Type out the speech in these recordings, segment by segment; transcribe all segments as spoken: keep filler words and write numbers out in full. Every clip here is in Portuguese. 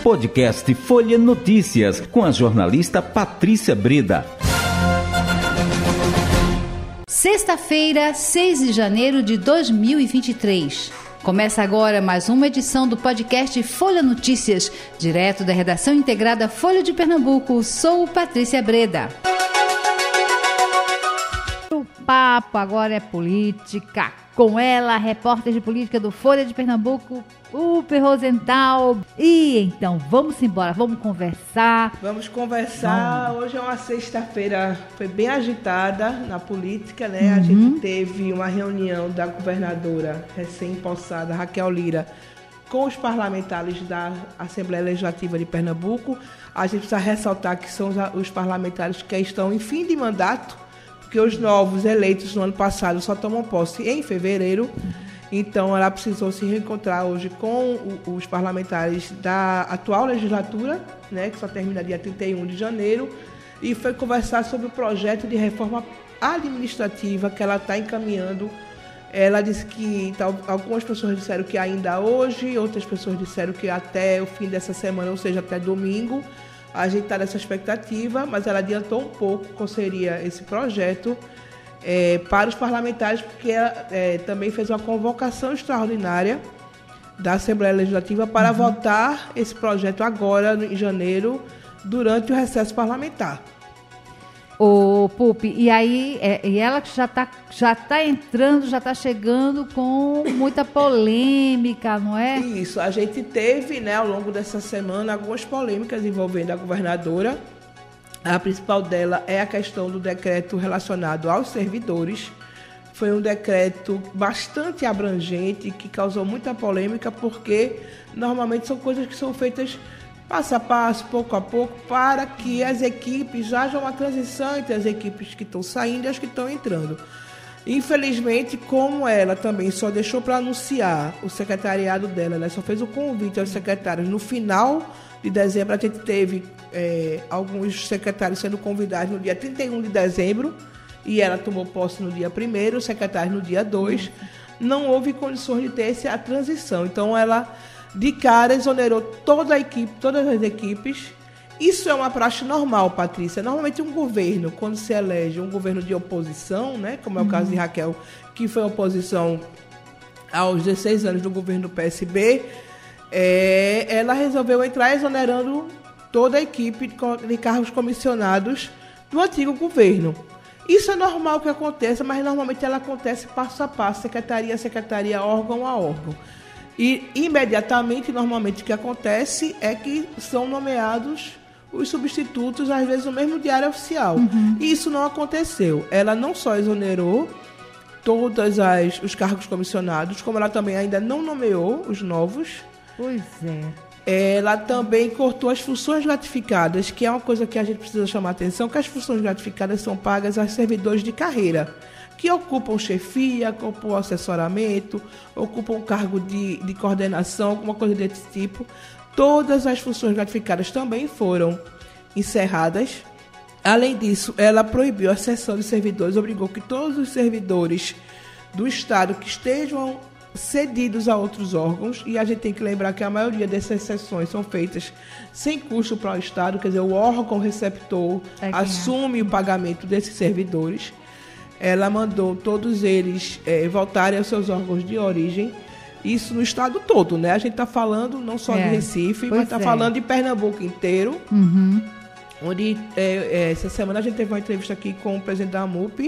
Podcast Folha Notícias, com a jornalista Patrícia Breda. Sexta-feira, seis de janeiro de dois mil e vinte e três. Começa agora mais uma edição do podcast Folha Notícias, direto da redação integrada Folha de Pernambuco. Sou Patrícia Breda. O papo agora é política. Com ela, a repórter de política do Folha de Pernambuco, Pupi Rosenthal. E então, vamos embora, vamos conversar. Vamos conversar. Vamos. Hoje é uma sexta-feira, foi bem agitada na política, né? Uhum. A gente teve uma reunião da governadora recém-empossada, Raquel Lira, com os parlamentares da Assembleia Legislativa de Pernambuco. A gente precisa ressaltar que são os parlamentares que estão em fim de mandato, porque os novos eleitos no ano passado só tomam posse em fevereiro. Então, ela precisou se reencontrar hoje com os parlamentares da atual legislatura, né, que só termina dia trinta e um de janeiro, e foi conversar sobre o projeto de reforma administrativa que ela está encaminhando. Ela disse que tal, algumas pessoas disseram que ainda hoje, outras pessoas disseram que até o fim dessa semana, ou seja, até domingo. A gente está nessa expectativa, mas ela adiantou um pouco qual seria esse projeto é, para os parlamentares, porque ela é, também fez uma convocação extraordinária da Assembleia Legislativa para uhum. votar esse projeto agora, em janeiro, durante o recesso parlamentar. Ô, Pupi, e aí, é, e ela que já está já tá entrando, já está chegando com muita polêmica, não é? Isso, a gente teve, né, ao longo dessa semana, algumas polêmicas envolvendo a governadora. A principal dela é a questão do decreto relacionado aos servidores. Foi um decreto bastante abrangente, que causou muita polêmica, porque normalmente são coisas que são feitas passo a passo, pouco a pouco, para que as equipes, haja uma transição entre as equipes que estão saindo e as que estão entrando. Infelizmente, como ela também só deixou para anunciar o secretariado dela, né, só fez o convite aos secretários no final de dezembro, a gente teve é, alguns secretários sendo convidados no dia trinta e um de dezembro, e ela tomou posse no dia primeiro, os secretários no dia dois, não houve condições de ter essa, a transição. Então, ela de cara exonerou toda a equipe, todas as equipes. Isso é uma praxe normal, Patrícia. Normalmente um governo, quando se elege um governo de oposição, né, como é o uhum. caso de Raquel, que foi oposição aos dezesseis anos do governo do P S B, é, ela resolveu entrar exonerando toda a equipe de cargos comissionados do antigo governo. Isso é normal que aconteça, mas normalmente ela acontece passo a passo, secretaria a secretaria, órgão a órgão. E, imediatamente, normalmente, o que acontece é que são nomeados os substitutos, às vezes, no mesmo diário oficial. Uhum. E isso não aconteceu. Ela não só exonerou todos as, os cargos comissionados, como ela também ainda não nomeou os novos. Pois é. Ela também cortou as funções gratificadas, que é uma coisa que a gente precisa chamar a atenção, que as funções gratificadas são pagas aos servidores de carreira, que ocupam chefia, ocupam assessoramento, ocupam cargo de, de coordenação, alguma coisa desse tipo. Todas as funções gratificadas também foram encerradas. Além disso, ela proibiu a cessão de servidores, obrigou que todos os servidores do Estado que estejam cedidos a outros órgãos, e a gente tem que lembrar que a maioria dessas cessões são feitas sem custo para o Estado, quer dizer, o órgão receptor é assume é. o pagamento desses servidores. Ela mandou todos eles é, voltarem aos seus órgãos de origem, isso no estado todo, né? A gente está falando não só é, de Recife, mas está é. falando de Pernambuco inteiro, uhum. onde é, é, essa semana a gente teve uma entrevista aqui com o presidente da AMUP,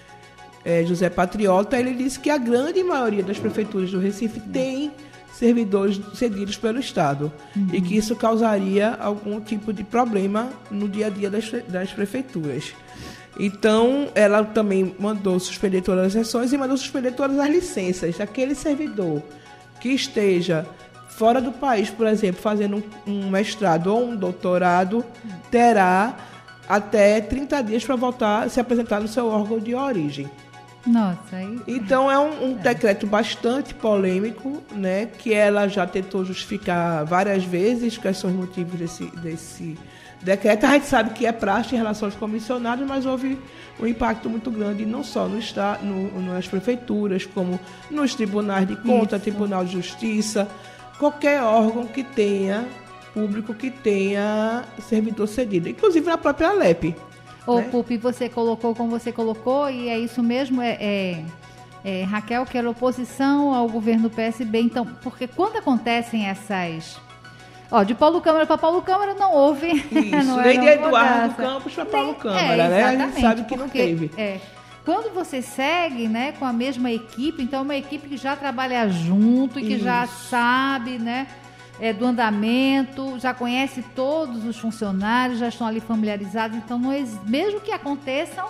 é, José Patriota. Ele disse que a grande maioria das prefeituras do Recife tem servidores cedidos pelo Estado, uhum. e que isso causaria algum tipo de problema no dia a dia das, das prefeituras. Então, ela também mandou suspender todas as sessões e mandou suspender todas as licenças. Aquele servidor que esteja fora do país, por exemplo, fazendo um, um mestrado ou um doutorado, terá até trinta dias para voltar a se apresentar no seu órgão de origem. Nossa, aí... Então, é um, um é. decreto bastante polêmico, né, que ela já tentou justificar várias vezes quais são os motivos desse... desse decreto. A gente sabe que é praxe em relação aos comissionados, mas houve um impacto muito grande, não só no estado, no, nas prefeituras, como nos tribunais de contas, Tribunal de Justiça, qualquer órgão que tenha público que tenha servidor cedido, inclusive na própria Alep. Ô, né? Pupi, você colocou como você colocou, e é isso mesmo, é, é, é, Raquel, que era oposição ao governo do P S B, então, porque quando acontecem essas... Ó, de Paulo Câmara para Paulo Câmara não houve... Isso, não nem de Eduardo mudança. Campos para Paulo Nem, Câmara, é, né? A gente sabe que porque, não teve. É, quando você segue, né, com a mesma equipe, então é uma equipe que já trabalha junto e que Isso. já sabe, né, é, do andamento, já conhece todos os funcionários, já estão ali familiarizados, então não ex- mesmo que aconteçam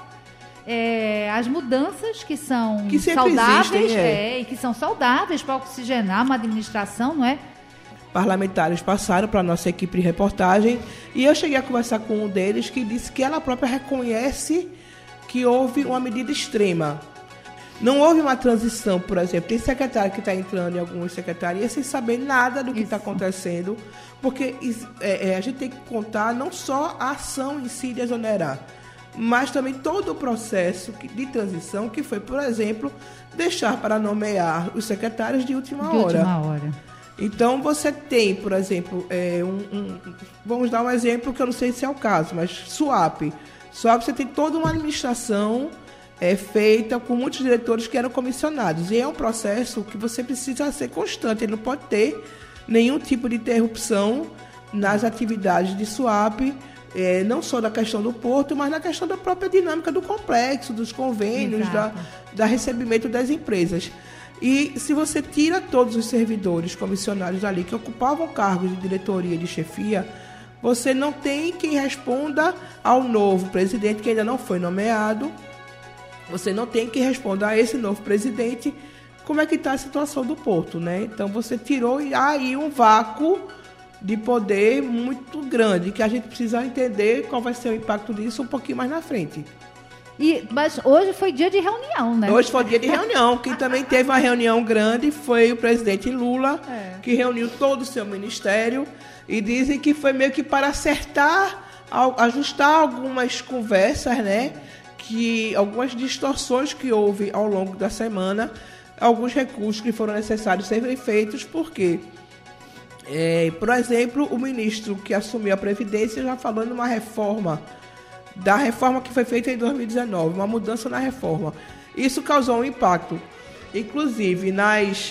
é, as mudanças que são Que sempre saudáveis existem, é. é, e que são saudáveis para oxigenar uma administração, não é? Parlamentares passaram para a nossa equipe de reportagem e eu cheguei a conversar com um deles que disse que ela própria reconhece que houve uma medida extrema. Não houve uma transição, por exemplo. Tem secretário que está entrando em algumas secretarias sem saber nada do que está acontecendo, porque é, é, a gente tem que contar não só a ação em si de exonerar, mas também todo o processo de transição, que foi, por exemplo, deixar para nomear os secretários de última De hora. última hora. Então, você tem, por exemplo, é, um, um, vamos dar um exemplo que eu não sei se é o caso, mas SUAP. SUAP, você tem toda uma administração é, feita com muitos diretores que eram comissionados. E é um processo que você precisa ser constante, ele não pode ter nenhum tipo de interrupção nas atividades de SUAP, é, não só da questão do porto, mas na questão da própria dinâmica do complexo, dos convênios, da, da recebimento das empresas. E se você tira todos os servidores comissionados ali que ocupavam cargos de diretoria e de chefia, você não tem quem responda ao novo presidente que ainda não foi nomeado, você não tem quem responda a esse novo presidente como é que está a situação do porto, né? Então você tirou aí um vácuo de poder muito grande, que a gente precisa entender qual vai ser o impacto disso um pouquinho mais na frente. E, mas hoje foi dia de reunião, né? Hoje foi dia de reunião. Quem também teve uma reunião grande foi o presidente Lula, É. que reuniu todo o seu ministério e dizem que foi meio que para acertar, ajustar algumas conversas, né? Que algumas distorções que houve ao longo da semana, alguns recursos que foram necessários serem feitos, porque, é, por exemplo, o ministro que assumiu a Previdência já falou numa reforma, da reforma que foi feita em dois mil e dezenove, uma mudança na reforma. Isso causou um impacto, inclusive, nas,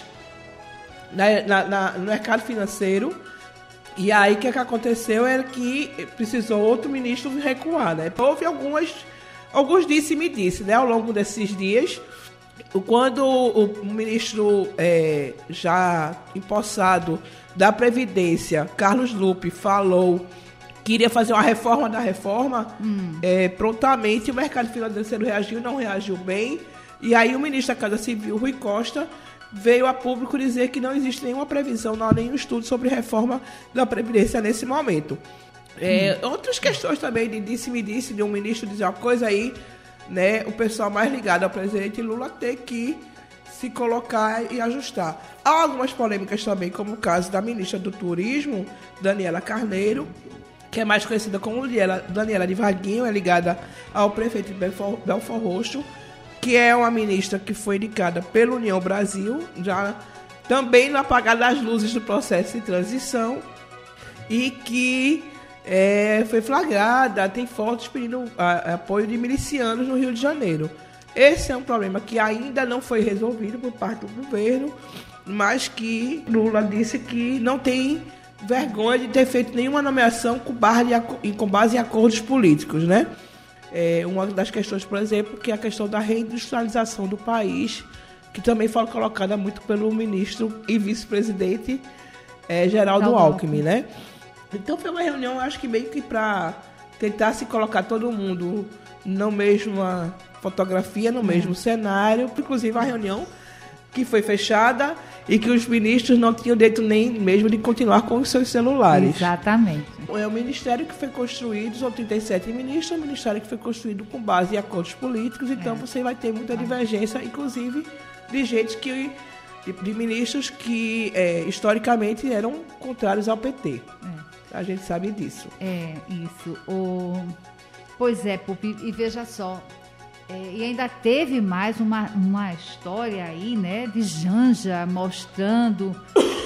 na, na, na, no mercado financeiro. E aí, o que, que aconteceu era que precisou outro ministro recuar, né? Houve algumas, alguns disse-me-disse, né? Ao longo desses dias, quando o, o ministro é, já empossado da Previdência, Carlos Lupe, falou que iria fazer uma reforma da reforma, hum. é, prontamente o mercado financeiro reagiu, não reagiu bem, e aí o ministro da Casa Civil, Rui Costa, veio a público dizer que não existe nenhuma previsão, não há nenhum estudo sobre reforma da Previdência nesse momento. É, hum. Outras questões também de disse-me-disse, de um ministro dizer uma coisa aí, né, o pessoal mais ligado ao presidente Lula ter que se colocar e ajustar. Há algumas polêmicas também, como o caso da ministra do Turismo, Daniela Carneiro, que é mais conhecida como Daniela, Daniela de Vaguinho, é ligada ao prefeito de Belfort, Belfort Roxo, que é uma ministra que foi indicada pela União Brasil, já também no apagar das luzes do processo de transição, e que é, foi flagrada, tem fotos pedindo a, a apoio de milicianos no Rio de Janeiro. Esse é um problema que ainda não foi resolvido por parte do governo, mas que Lula disse que não tem vergonha de ter feito nenhuma nomeação com base em, com base em acordos políticos, né? É uma das questões, por exemplo, que é a questão da reindustrialização do país, que também foi colocada muito pelo ministro e vice-presidente é, Geraldo Geraldo Alckmin, né? Então foi uma reunião, acho que meio que para tentar se colocar todo mundo na mesma fotografia, no mesmo hum. cenário, inclusive a reunião que foi fechada e que os ministros não tinham direito nem mesmo de continuar com os seus celulares. Exatamente. É o ministério que foi construído, são trinta e sete ministros, é um ministério que foi construído com base em acordos políticos, então é. você vai ter muita divergência, inclusive de gente que, de, de ministros que é, historicamente eram contrários ao P T. É. A gente sabe disso. É, isso. O... Pois é, Pupi, e veja só, É, e ainda teve mais uma, uma história aí, né, de Janja mostrando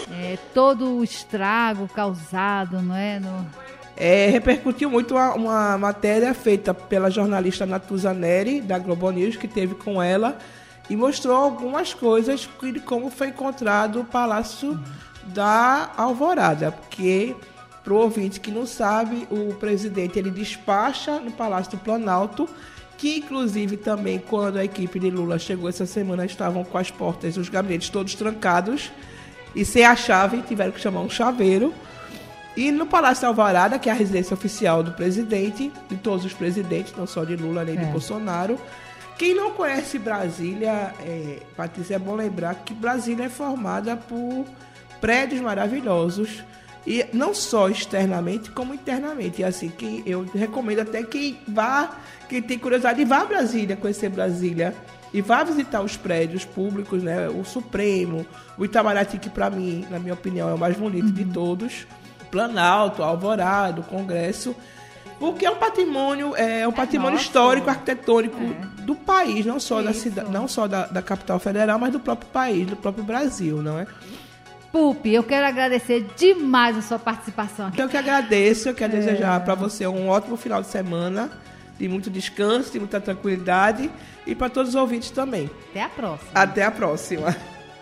É, todo o estrago causado, não é? No... É, repercutiu muito uma, uma matéria feita pela jornalista Natuza Neri, da Globo News, que teve com ela, e mostrou algumas coisas de como foi encontrado o Palácio da Alvorada, porque, para o ouvinte que não sabe, o presidente ele despacha no Palácio do Planalto, que inclusive também, quando a equipe de Lula chegou essa semana, estavam com as portas, os gabinetes todos trancados, e sem a chave, tiveram que chamar um chaveiro. E no Palácio da Alvorada, que é a residência oficial do presidente, de todos os presidentes, não só de Lula nem é. de Bolsonaro. Quem não conhece Brasília, é, Patrícia, é bom lembrar que Brasília é formada por prédios maravilhosos, e não só externamente, como internamente. E assim, que eu recomendo até quem vá, quem tem curiosidade, vá a Brasília, conhecer Brasília, e vá visitar os prédios públicos, né? O Supremo, o Itamaraty, que para mim, na minha opinião, é o mais bonito uhum. de todos, o Planalto, a Alvorada, o Congresso, porque é um patrimônio, é um patrimônio é histórico, arquitetônico é. do país, não só, da, cidade, não só da, da capital federal, mas do próprio país, do próprio Brasil, não é? Pupi, eu quero agradecer demais a sua participação aqui. Eu que agradeço, eu quero é. desejar para você um ótimo final de semana, de muito descanso, de muita tranquilidade, e para todos os ouvintes também. Até a próxima. Até a próxima.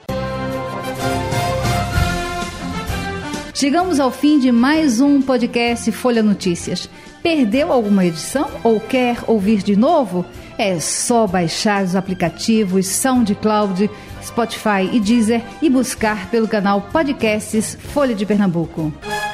Chegamos ao fim de mais um podcast Folha Notícias. Perdeu alguma edição ou quer ouvir de novo? É só baixar os aplicativos SoundCloud, Spotify e Deezer e buscar pelo canal Podcasts Folha de Pernambuco.